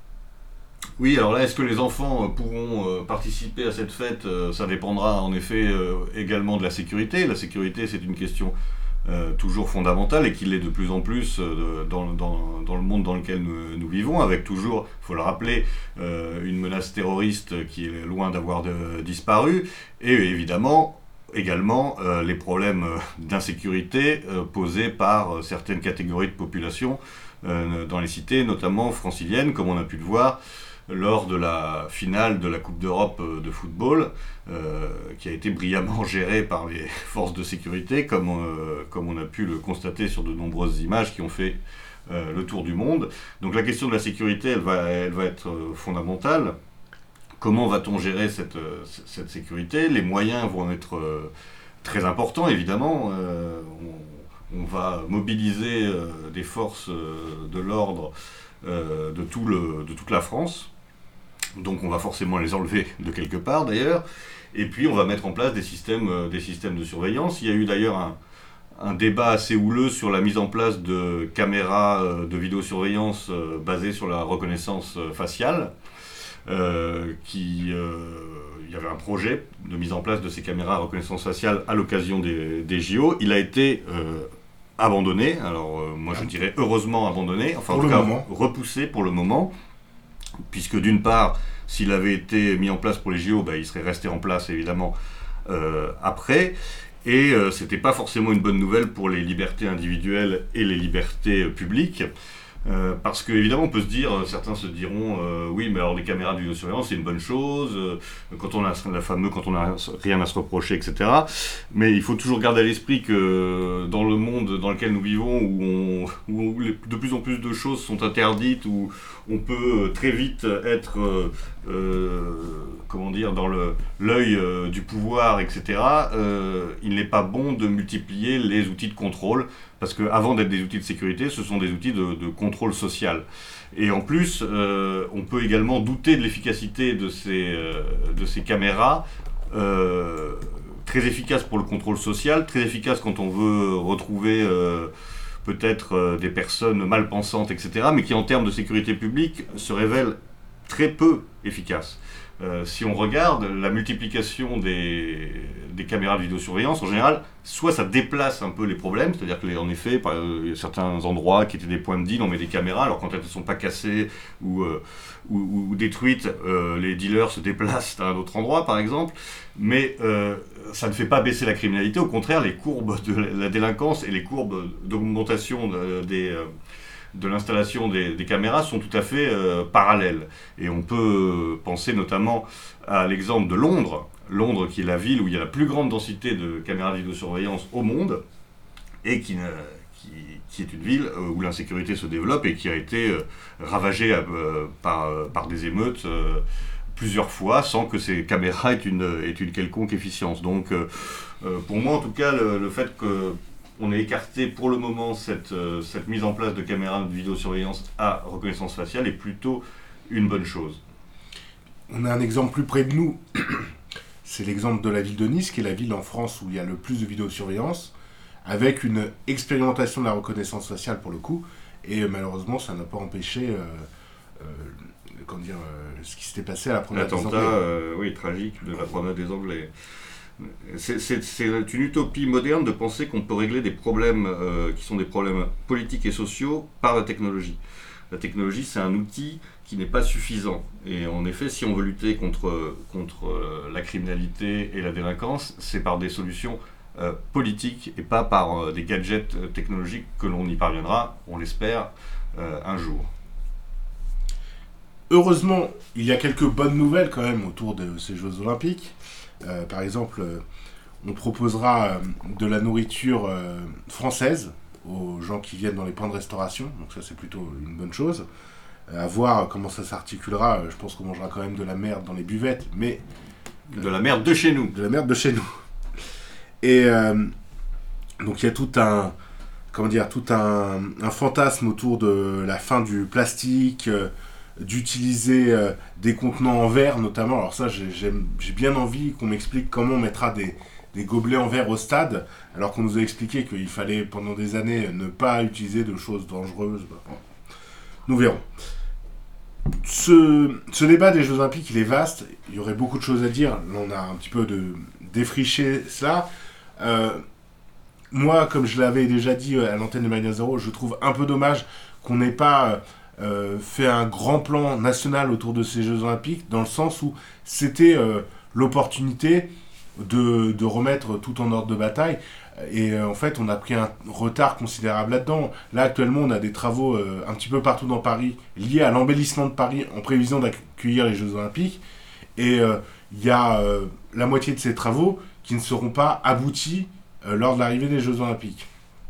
Oui, alors là, est-ce que les enfants pourront euh, participer à cette fête ? euh, Ça dépendra en effet euh, également de la sécurité. La sécurité, c'est une question euh, toujours fondamentale et qui l'est de plus en plus euh, dans, dans, dans le monde dans lequel nous, nous vivons, avec toujours, il faut le rappeler, euh, une menace terroriste qui est loin d'avoir de, disparu, et évidemment également euh, les problèmes d'insécurité euh, posés par euh, certaines catégories de population euh, dans les cités, notamment franciliennes, comme on a pu le voir lors de la finale de la Coupe d'Europe de football, euh, qui a été brillamment gérée par les forces de sécurité, comme, euh, comme on a pu le constater sur de nombreuses images qui ont fait euh, le tour du monde. Donc la question de la sécurité, elle va, elle va être fondamentale. Comment va-t-on gérer cette, cette sécurité ? Les moyens vont être euh, très importants, évidemment. Euh, on, on va mobiliser euh, des forces euh, de l'ordre euh, de, tout le, de toute la France. Donc on va forcément les enlever de quelque part d'ailleurs, et puis on va mettre en place des systèmes, euh, des systèmes de surveillance. Il y a eu d'ailleurs un, un débat assez houleux sur la mise en place de caméras euh, de vidéosurveillance euh, basées sur la reconnaissance euh, faciale. Euh, qui, euh, il y avait un projet de mise en place de ces caméras à reconnaissance faciale à l'occasion des, des J O. Il a été euh, abandonné, alors euh, moi je dirais heureusement abandonné, enfin en tout cas moment. repoussé pour le moment. Puisque d'une part, s'il avait été mis en place pour les J O, bah, il serait resté en place évidemment euh, après, et euh, c'était pas forcément une bonne nouvelle pour les libertés individuelles et les libertés euh, publiques, euh, parce que évidemment on peut se dire, certains se diront, euh, oui mais alors les caméras de vidéosurveillance c'est une bonne chose, euh, quand on a la fameux quand on a rien à se reprocher, et cetera. Mais il faut toujours garder à l'esprit que dans le monde dans lequel nous vivons, où, on, où les, de plus en plus de choses sont interdites, où on peut très vite être, euh, euh, comment dire, dans le, l'œil euh, du pouvoir, et cetera, euh, il n'est pas bon de multiplier les outils de contrôle, parce qu'avant d'être des outils de sécurité, ce sont des outils de, de contrôle social. Et en plus, euh, on peut également douter de l'efficacité de ces, euh, de ces caméras, euh, très efficaces pour le contrôle social, très efficaces quand on veut retrouver euh, peut-être euh, des personnes mal pensantes, et cetera, mais qui en termes de sécurité publique se révèlent très peu efficaces. Euh, si on regarde la multiplication des, des caméras de vidéosurveillance, en général, soit ça déplace un peu les problèmes, c'est-à-dire qu'en effet, par, euh, il y a certains endroits qui étaient des points de deal, on met des caméras, alors quand elles ne sont pas cassées ou, euh, ou, ou détruites, euh, les dealers se déplacent à un autre endroit, par exemple, mais euh, ça ne fait pas baisser la criminalité, au contraire, les courbes de la délinquance et les courbes d'augmentation de, des... Euh, de l'installation des, des caméras sont tout à fait euh, parallèles. Et on peut penser notamment à l'exemple de Londres, Londres qui est la ville où il y a la plus grande densité de caméras de vidéosurveillance au monde, et qui, qui, qui est une ville où l'insécurité se développe et qui a été euh, ravagée euh, par, par des émeutes euh, plusieurs fois sans que ces caméras aient une, aient une quelconque efficience. Donc euh, pour moi en tout cas, le, le fait que on a écarté pour le moment cette, euh, cette mise en place de caméras de vidéosurveillance à reconnaissance faciale est plutôt une bonne chose. On a un exemple plus près de nous, c'est l'exemple de la ville de Nice, qui est la ville en France où il y a le plus de vidéosurveillance, avec une expérimentation de la reconnaissance faciale pour le coup, et euh, malheureusement ça n'a pas empêché euh, euh, comment dire, euh, ce qui s'était passé à la promenade des Anglais. L'attentat, euh, oui, tragique de la promenade des Anglais. C'est, c'est, c'est une utopie moderne de penser qu'on peut régler des problèmes euh, qui sont des problèmes politiques et sociaux par la technologie. La technologie, c'est un outil qui n'est pas suffisant. Et en effet, si on veut lutter contre, contre euh, la criminalité et la délinquance, c'est par des solutions euh, politiques et pas par euh, des gadgets technologiques que l'on y parviendra, on l'espère, euh, un jour. heureusement, il y a quelques bonnes nouvelles quand même autour de ces Jeux Olympiques. Euh, par exemple, euh, on proposera euh, de la nourriture euh, française aux gens qui viennent dans les points de restauration, donc ça c'est plutôt une bonne chose. Euh, à voir comment ça s'articulera, euh, je pense qu'on mangera quand même de la merde dans les buvettes, mais... Euh, de la merde de chez nous. De la merde de chez nous. Et euh, donc il y a tout un... Comment dire, tout un, un fantasme autour de la fin du plastique, euh, d'utiliser euh, des contenants en verre notamment. Alors ça, j'ai, j'aime, j'ai bien envie qu'on m'explique comment on mettra des, des gobelets en verre au stade, alors qu'on nous a expliqué qu'il fallait pendant des années ne pas utiliser de choses dangereuses. Bon, nous verrons. Ce, ce débat des Jeux Olympiques, il est vaste, il y aurait beaucoup de choses à dire. Là, on a un petit peu de défriché cela. Euh, moi, comme je l'avais déjà dit à l'antenne de Mania Zéro, je trouve un peu dommage qu'on n'ait pas euh, fait un grand plan national autour de ces Jeux Olympiques, dans le sens où c'était euh, l'opportunité de, de remettre tout en ordre de bataille. Et euh, en fait, on a pris un retard considérable là-dedans. Là, actuellement, on a des travaux euh, un petit peu partout dans Paris liés à l'embellissement de Paris en prévision d'accueillir les Jeux Olympiques. Et il euh, y a euh, la moitié de ces travaux qui ne seront pas aboutis euh, lors de l'arrivée des Jeux Olympiques.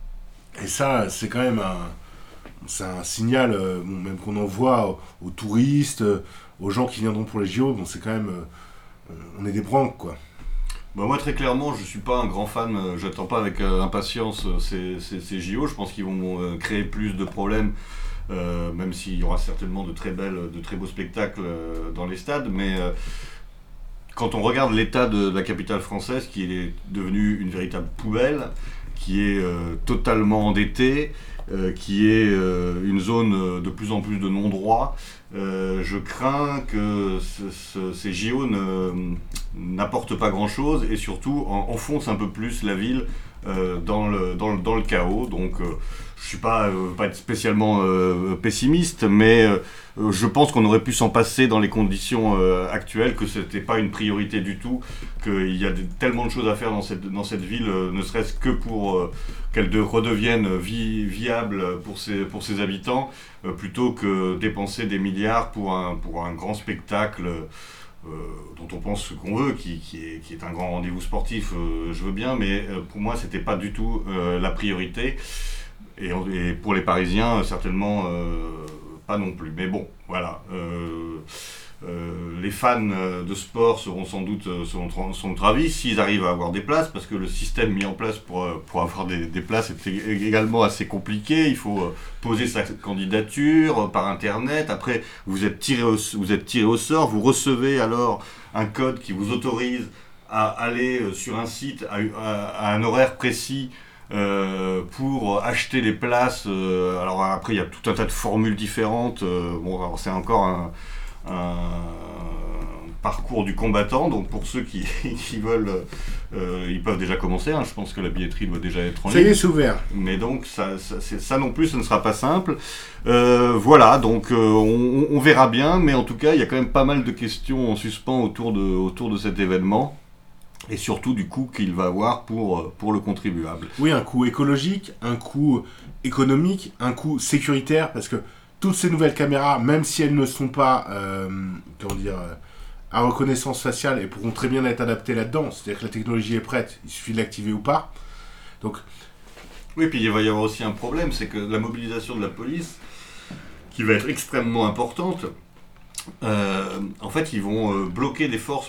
Et ça, c'est quand même un, c'est un signal, euh, bon, même qu'on envoie aux, aux touristes, euh, aux gens qui viendront pour les J O. Bon, c'est quand même... Euh, on est des branques, quoi. Bah moi très clairement je suis pas un grand fan, euh, j'attends pas avec euh, impatience euh, ces, ces, ces J O, je pense qu'ils vont euh, créer plus de problèmes, euh, même s'il y aura certainement de très belles, de très beaux spectacles euh, dans les stades, mais euh, quand on regarde l'état de, de la capitale française qui est devenue une véritable poubelle, qui est euh, totalement endettée, euh, qui est euh, une zone de plus en plus de non-droit, euh, je crains que ce, ce, ces J O ne, n'apportent pas grand-chose et surtout en, enfoncent un peu plus la ville euh, dans, le, dans, le, dans le chaos. Donc euh, je ne suis pas, euh, pas être spécialement euh, pessimiste, mais euh, je pense qu'on aurait pu s'en passer dans les conditions euh, actuelles, que ce n'était pas une priorité du tout, qu'il y a de, tellement de choses à faire dans cette, dans cette ville, euh, ne serait-ce que pour euh, qu'elle de, redevienne vi, viable pour ses, pour ses habitants, euh, plutôt que dépenser des milliards pour un, pour un grand spectacle euh, dont on pense ce qu'on veut, qui, qui, est, qui est un grand rendez-vous sportif, euh, je veux bien, mais euh, pour moi, ce n'était pas du tout euh, la priorité. Et, et pour les Parisiens, certainement euh, pas non plus. Mais bon, voilà. Euh, euh, les fans de sport seront sans doute selon notre avis s'ils arrivent à avoir des places, parce que le système mis en place pour, pour avoir des, des places est également assez compliqué. Il faut poser sa candidature par internet. Après, vous êtes tiré au, vous êtes tiré au sort. Vous recevez alors un code qui vous autorise à aller sur un site à, à, à un horaire précis. Euh, pour acheter les places. Euh, alors après il y a tout un tas de formules différentes. Euh, bon, alors c'est encore un, un parcours du combattant. Donc pour ceux qui, qui veulent, euh, ils peuvent déjà commencer. Hein. Je pense que la billetterie doit déjà être en ligne. Ça y est, c'est ouvert. Mais donc ça, ça, c'est, ça non plus, ce ne sera pas simple. Euh, voilà, donc euh, on, on verra bien. Mais en tout cas, il y a quand même pas mal de questions en suspens autour de, autour de cet événement. Et surtout du coût qu'il va avoir pour, pour le contribuable. Oui, un coût écologique, un coût économique, un coût sécuritaire, parce que toutes ces nouvelles caméras, même si elles ne sont pas euh, comment dire, à reconnaissance faciale, elles pourront très bien être adaptées là-dedans. C'est-à-dire que la technologie est prête, il suffit de l'activer ou pas. Donc, oui, puis il va y avoir aussi un problème, c'est que la mobilisation de la police, qui va être extrêmement importante, euh, en fait, ils vont euh, bloquer des forces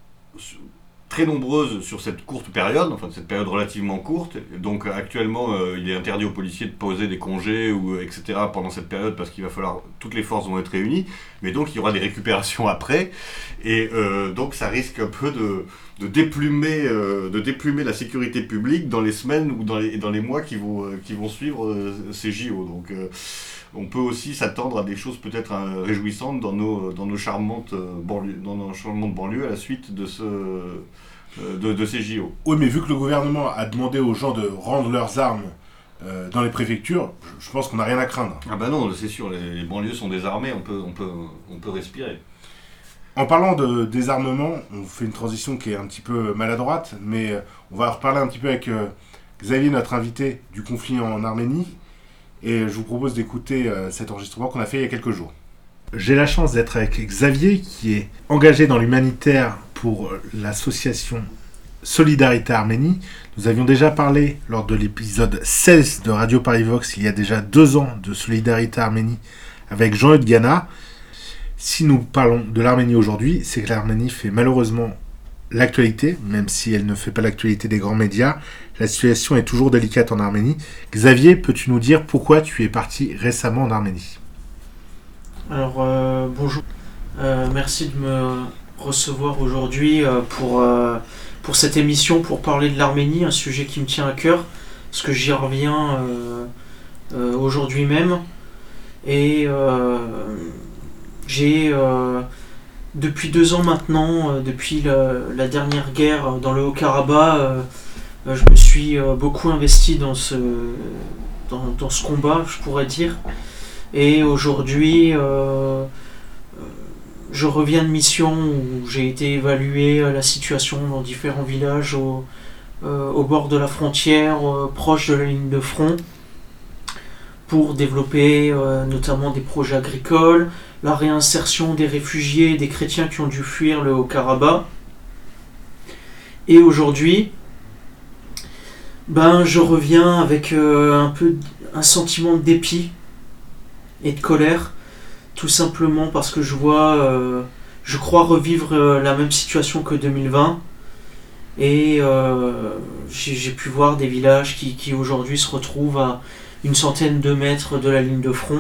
très nombreuses sur cette courte période, enfin cette période relativement courte. Donc actuellement, euh, il est interdit aux policiers de poser des congés, ou, et cetera pendant cette période, parce qu'il va falloir, toutes les forces vont être réunies, mais donc il y aura des récupérations après, et euh, donc ça risque un peu de, de, déplumer, euh, de déplumer la sécurité publique dans les semaines ou dans les, dans les mois qui vont, euh, qui vont suivre euh, ces J O. Donc euh, on peut aussi s'attendre à des choses peut-être euh, réjouissantes dans nos, dans nos charmantes euh, banlieues, dans nos charmantes banlieues à la suite de, ce, euh, de, de ces J O. Oui, mais vu que le gouvernement a demandé aux gens de rendre leurs armes euh, dans les préfectures, je, je pense qu'on n'a rien à craindre. Ah bah non, c'est sûr, les, les banlieues sont désarmées, on peut, on peut, on peut respirer. En parlant de désarmement, on fait une transition qui est un petit peu maladroite, mais euh, on va reparler un petit peu avec euh, Xavier, notre invité du conflit en Arménie. Et je vous propose d'écouter euh, cet enregistrement qu'on a fait il y a quelques jours. J'ai la chance d'être avec Xavier, qui est engagé dans l'humanitaire pour l'association Solidarité Arménie. Nous avions déjà parlé lors de l'épisode seize de Radio Paris Vox, il y a déjà deux ans, de Solidarité Arménie avec Jean-Eudes Gana. Si nous parlons de l'Arménie aujourd'hui, c'est que l'Arménie fait malheureusement l'actualité, même si elle ne fait pas l'actualité des grands médias. La situation est toujours délicate en Arménie. Xavier, peux-tu nous dire pourquoi tu es parti récemment en Arménie ? Alors, euh, bonjour. Euh, merci de me recevoir aujourd'hui euh, pour, euh, pour cette émission, pour parler de l'Arménie, un sujet qui me tient à cœur, parce que j'y reviens euh, euh, aujourd'hui même. Et euh, j'ai, euh, depuis deux ans maintenant, euh, depuis la, la dernière guerre dans le Haut-Karabakh, euh, je me suis euh, beaucoup investi dans ce, dans, dans ce combat, je pourrais dire. Et aujourd'hui, euh, je reviens de mission où j'ai été évaluer la situation dans différents villages au, euh, au bord de la frontière, euh, proche de la ligne de front, pour développer euh, notamment des projets agricoles, la réinsertion des réfugiés et des chrétiens qui ont dû fuir le Haut-Karabakh. Et aujourd'hui, ben, je reviens avec euh, un peu un sentiment de dépit et de colère, tout simplement parce que je vois, euh, je crois revivre euh, la même situation que deux mille vingt, et euh, j'ai, j'ai pu voir des villages qui, qui aujourd'hui se retrouvent à une centaine de mètres de la ligne de front,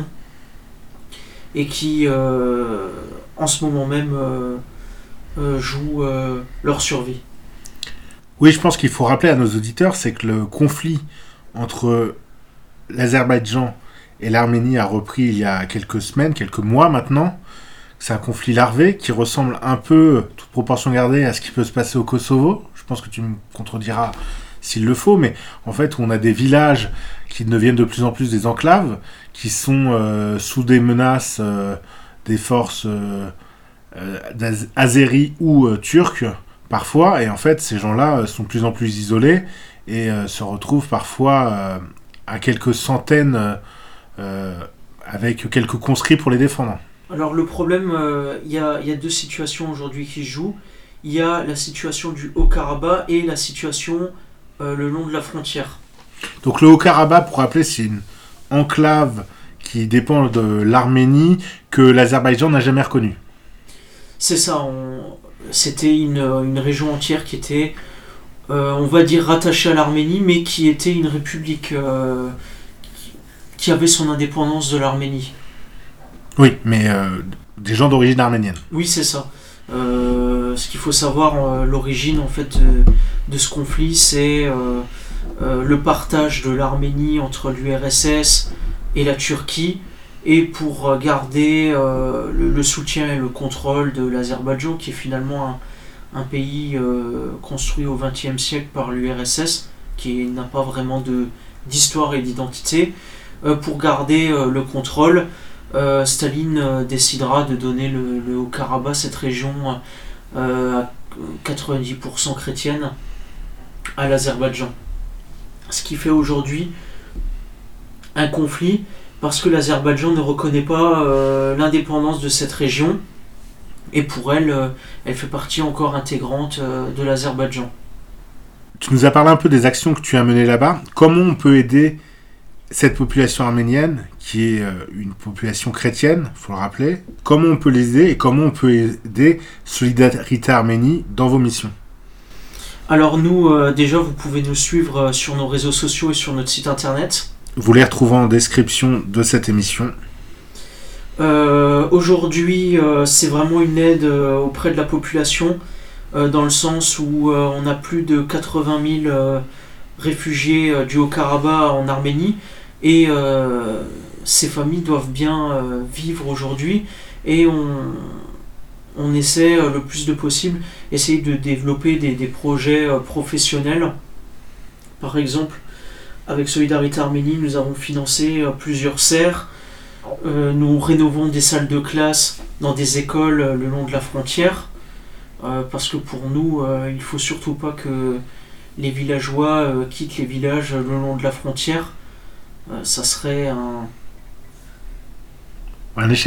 et qui euh, en ce moment même euh, euh, jouent euh, leur survie. Oui, je pense qu'il faut rappeler à nos auditeurs, c'est que le conflit entre l'Azerbaïdjan et l'Arménie a repris il y a quelques semaines, quelques mois maintenant. C'est un conflit larvé qui ressemble un peu, toute proportion gardée, à ce qui peut se passer au Kosovo. Je pense que tu me contrediras s'il le faut, mais en fait, on a des villages qui deviennent de plus en plus des enclaves, qui sont euh, sous des menaces euh, des forces euh, euh, azéries ou euh, turques, parfois, et en fait, ces gens-là euh, sont de plus en plus isolés et euh, se retrouvent parfois euh, à quelques centaines euh, Euh, avec quelques conscrits pour les défendre. Alors le problème, il euh, y, y a deux situations aujourd'hui qui se jouent. Il y a la situation du Haut-Karabakh et la situation euh, le long de la frontière. Donc le Haut-Karabakh, pour rappeler, c'est une enclave qui dépend de l'Arménie que l'Azerbaïdjan n'a jamais reconnue. C'est ça, on... c'était une, une région entière qui était, euh, on va dire, rattachée à l'Arménie, mais qui était une république... Euh, qui avait son indépendance de l'Arménie. Oui, mais euh, des gens d'origine arménienne. Oui, c'est ça. Euh, ce qu'il faut savoir, euh, l'origine en fait de, de ce conflit, c'est euh, euh, le partage de l'Arménie entre l'U R S S et la Turquie, et pour garder euh, le, le soutien et le contrôle de l'Azerbaïdjan, qui est finalement un, un pays euh, construit au vingtième siècle par l'U R S S, qui n'a pas vraiment de, d'histoire et d'identité. Pour garder euh, le contrôle, euh, Staline euh, décidera de donner le, le Haut-Karabakh, cette région euh, à quatre-vingt-dix pour cent chrétienne, à l'Azerbaïdjan. Ce qui fait aujourd'hui un conflit, parce que l'Azerbaïdjan ne reconnaît pas euh, l'indépendance de cette région, et pour elle, euh, elle fait partie encore intégrante euh, de l'Azerbaïdjan. Tu nous as parlé un peu des actions que tu as menées là-bas. Comment on peut aider cette population arménienne, qui est euh, une population chrétienne, il faut le rappeler, comment on peut les aider et comment on peut aider Solidarité Arménie dans vos missions ? Alors nous, euh, déjà, vous pouvez nous suivre euh, sur nos réseaux sociaux et sur notre site internet. Vous les retrouvez en description de cette émission. Euh, aujourd'hui, euh, c'est vraiment une aide euh, auprès de la population, euh, dans le sens où euh, on a plus de quatre-vingt mille euh, réfugiés euh, du Haut-Karabakh en Arménie, et euh, ces familles doivent bien euh, vivre aujourd'hui, et on, on essaie euh, le plus de possible essayer de développer des, des projets euh, professionnels. Par exemple, avec Solidarité Arménie, nous avons financé euh, plusieurs serres. Euh, nous rénovons des salles de classe dans des écoles euh, le long de la frontière, euh, parce que pour nous, euh, il ne faut surtout pas que les villageois euh, quittent les villages le long de la frontière. Euh, ça serait un... Un échec.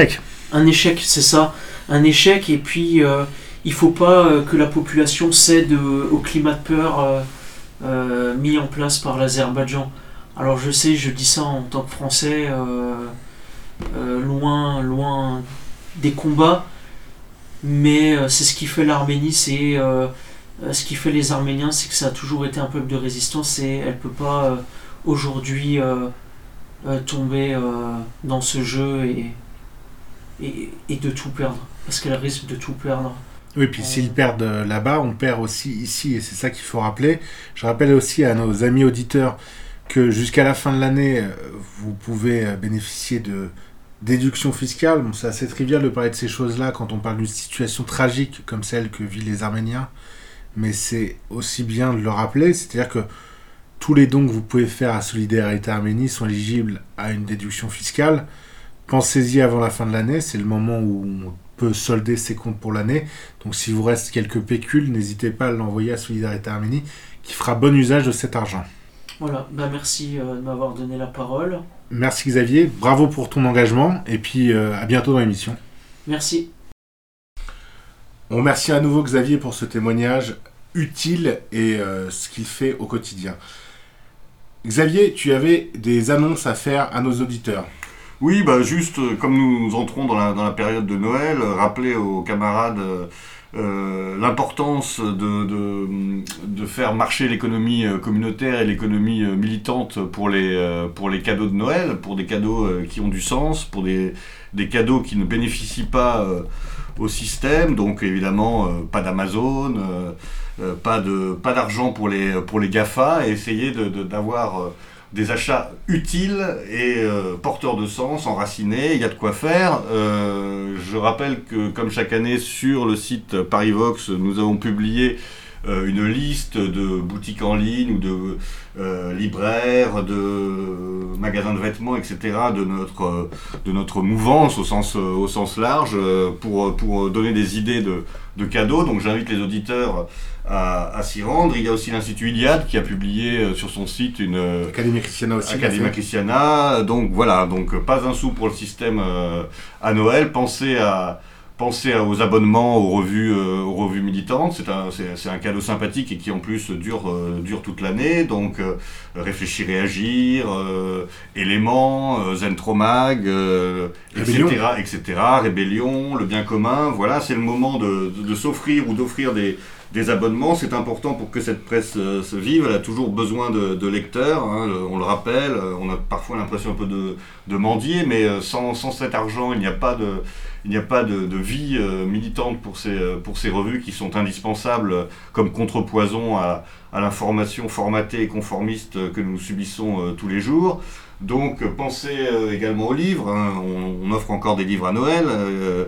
un échec, c'est ça, un échec, et puis euh, il faut pas euh, que la population cède euh, au climat de peur euh, euh, mis en place par l'Azerbaïdjan. Alors je sais, je dis ça en tant que Français, euh, euh, loin, loin des combats, mais euh, c'est ce qui fait l'Arménie, c'est euh, ce qui fait les Arméniens, c'est que ça a toujours été un peuple de résistance, et elle peut pas euh, aujourd'hui euh, euh, tomber euh, dans ce jeu et, et, et de tout perdre, parce qu'elle risque de tout perdre. Oui, puis s'ils perdent là-bas, on perd aussi ici, et c'est ça qu'il faut rappeler. Je rappelle aussi à nos amis auditeurs que jusqu'à la fin de l'année, vous pouvez bénéficier de déductions fiscales. Bon, c'est assez trivial de parler de ces choses-là quand on parle d'une situation tragique comme celle que vivent les Arméniens, mais c'est aussi bien de le rappeler, c'est-à-dire que tous les dons que vous pouvez faire à Solidarité Arménie sont éligibles à une déduction fiscale. Pensez-y avant la fin de l'année, c'est le moment où on peut solder ses comptes pour l'année. Donc s'il vous reste quelques pécules, n'hésitez pas à l'envoyer à Solidarité Arménie, qui fera bon usage de cet argent. Voilà, bah merci euh, de m'avoir donné la parole. Merci Xavier, bravo pour ton engagement, et puis euh, à bientôt dans l'émission. Merci. On remercie à nouveau Xavier pour ce témoignage utile et euh, ce qu'il fait au quotidien. Xavier, tu avais des annonces à faire à nos auditeurs. Oui, bah juste, euh, comme nous entrons dans la, dans la période de Noël, euh, rappeler aux camarades euh, euh, l'importance de, de, de faire marcher l'économie euh, communautaire et l'économie euh, militante pour les, euh, pour les cadeaux de Noël, pour des cadeaux euh, qui ont du sens, pour des, des cadeaux qui ne bénéficient pas euh, au système, donc évidemment euh, pas d'Amazon, euh, euh, pas de, pas d'argent pour les, pour les GAFA, et essayer de, de, d'avoir... Euh, des achats utiles et euh, porteurs de sens, enracinés, il y a de quoi faire. Euh, je rappelle que, comme chaque année, sur le site Parivox, nous avons publié euh, une liste de boutiques en ligne ou de euh, libraires, de magasins de vêtements, et cetera, de notre, de notre mouvance au sens, au sens large, pour, pour donner des idées de, de cadeaux. Donc j'invite les auditeurs À, à s'y rendre. Il y a aussi l'Institut Iliade qui a publié euh, sur son site une Academia Christiana aussi. Academia Christiana. Donc voilà, donc pas un sou pour le système euh, à Noël. Pensez à pensez à, aux abonnements aux revues euh, aux revues militantes. C'est un c'est, c'est un cadeau sympathique et qui en plus dure euh, dure toute l'année. Donc euh, réfléchir et agir, euh, éléments, euh, Zentromag, euh, et cetera, et cetera. Rébellion, le bien commun. Voilà, c'est le moment de, de, de s'offrir ou d'offrir des Des abonnements. C'est important pour que cette presse euh, se vive. Elle a toujours besoin de, de lecteurs, hein, le, on le rappelle. On a parfois l'impression un peu de, de mendier, mais euh, sans, sans cet argent, il n'y a pas de, il n'y a pas de, de vie euh, militante pour ces, pour ces revues qui sont indispensables comme contrepoison à, à l'information formatée et conformiste que nous subissons euh, tous les jours. Donc pensez euh, également aux livres. Hein. On, on offre encore des livres à Noël. Euh,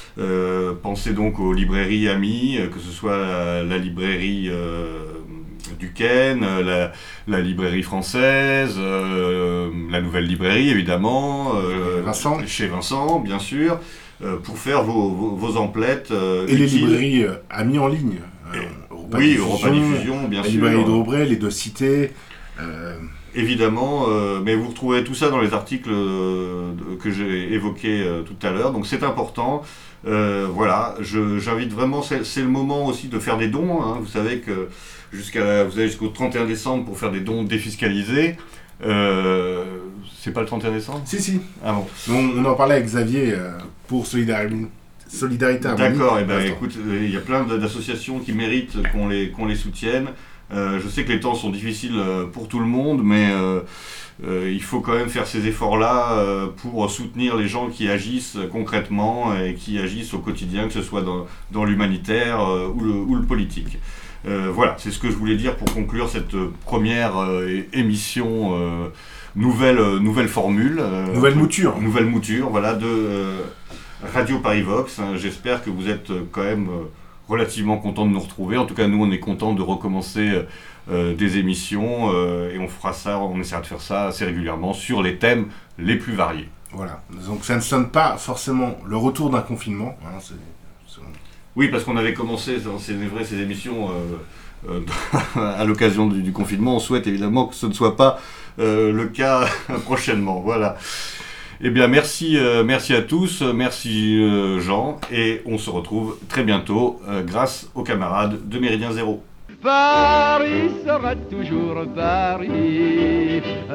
Euh, pensez donc aux librairies amies, que ce soit la, la librairie euh, Duquesne, la, la librairie française, euh, la nouvelle librairie évidemment, euh, Vincent. Chez Vincent bien sûr, euh, pour faire vos, vos, vos emplettes euh, et utiles. Les librairies euh, amies en ligne. Euh, Europa oui, Diffusion, Europa Diffusion bien la sûr. La librairie d'Aubray, les deux cités. Euh... Évidemment, euh, mais vous retrouverez tout ça dans les articles euh, que j'ai évoqués euh, tout à l'heure, donc c'est important. Euh, voilà, je, j'invite vraiment, c'est, c'est le moment aussi de faire des dons. Hein. Vous savez que jusqu'à la, vous avez jusqu'au trente et un décembre pour faire des dons défiscalisés. Euh, c'est pas le trente et un décembre ? Si, si. Ah bon. On, on en parlait avec Xavier euh, pour Solidarité. Solidarité Arménie. D'accord, et ben écoute, il y a plein d'associations qui méritent qu'on les, qu'on les soutienne. Euh, je sais que les temps sont difficiles pour tout le monde, mais euh, euh, il faut quand même faire ces efforts-là euh, pour soutenir les gens qui agissent concrètement et qui agissent au quotidien, que ce soit dans, dans l'humanitaire euh, ou, le, ou le politique. Euh, voilà, c'est ce que je voulais dire pour conclure cette première euh, émission, euh, nouvelle, euh, nouvelle formule. Euh, nouvelle mouture. Nouvelle mouture, voilà, de euh, Radio Parivox. Hein, j'espère que vous êtes quand même... Euh, relativement content de nous retrouver. En tout cas, nous, on est content de recommencer euh, des émissions euh, et on fera ça, on essaiera de faire ça assez régulièrement sur les thèmes les plus variés. Voilà. Donc ça ne sonne pas forcément le retour d'un confinement. Hein, c'est, c'est... Oui, parce qu'on avait commencé, c'est vrai, ces émissions euh, euh, à l'occasion du, du confinement. On souhaite évidemment que ce ne soit pas euh, le cas prochainement. Voilà. Eh bien, merci, euh, merci à tous, merci euh, Jean, et on se retrouve très bientôt euh, grâce aux camarades de Méridien Zéro. Paris sera toujours Paris.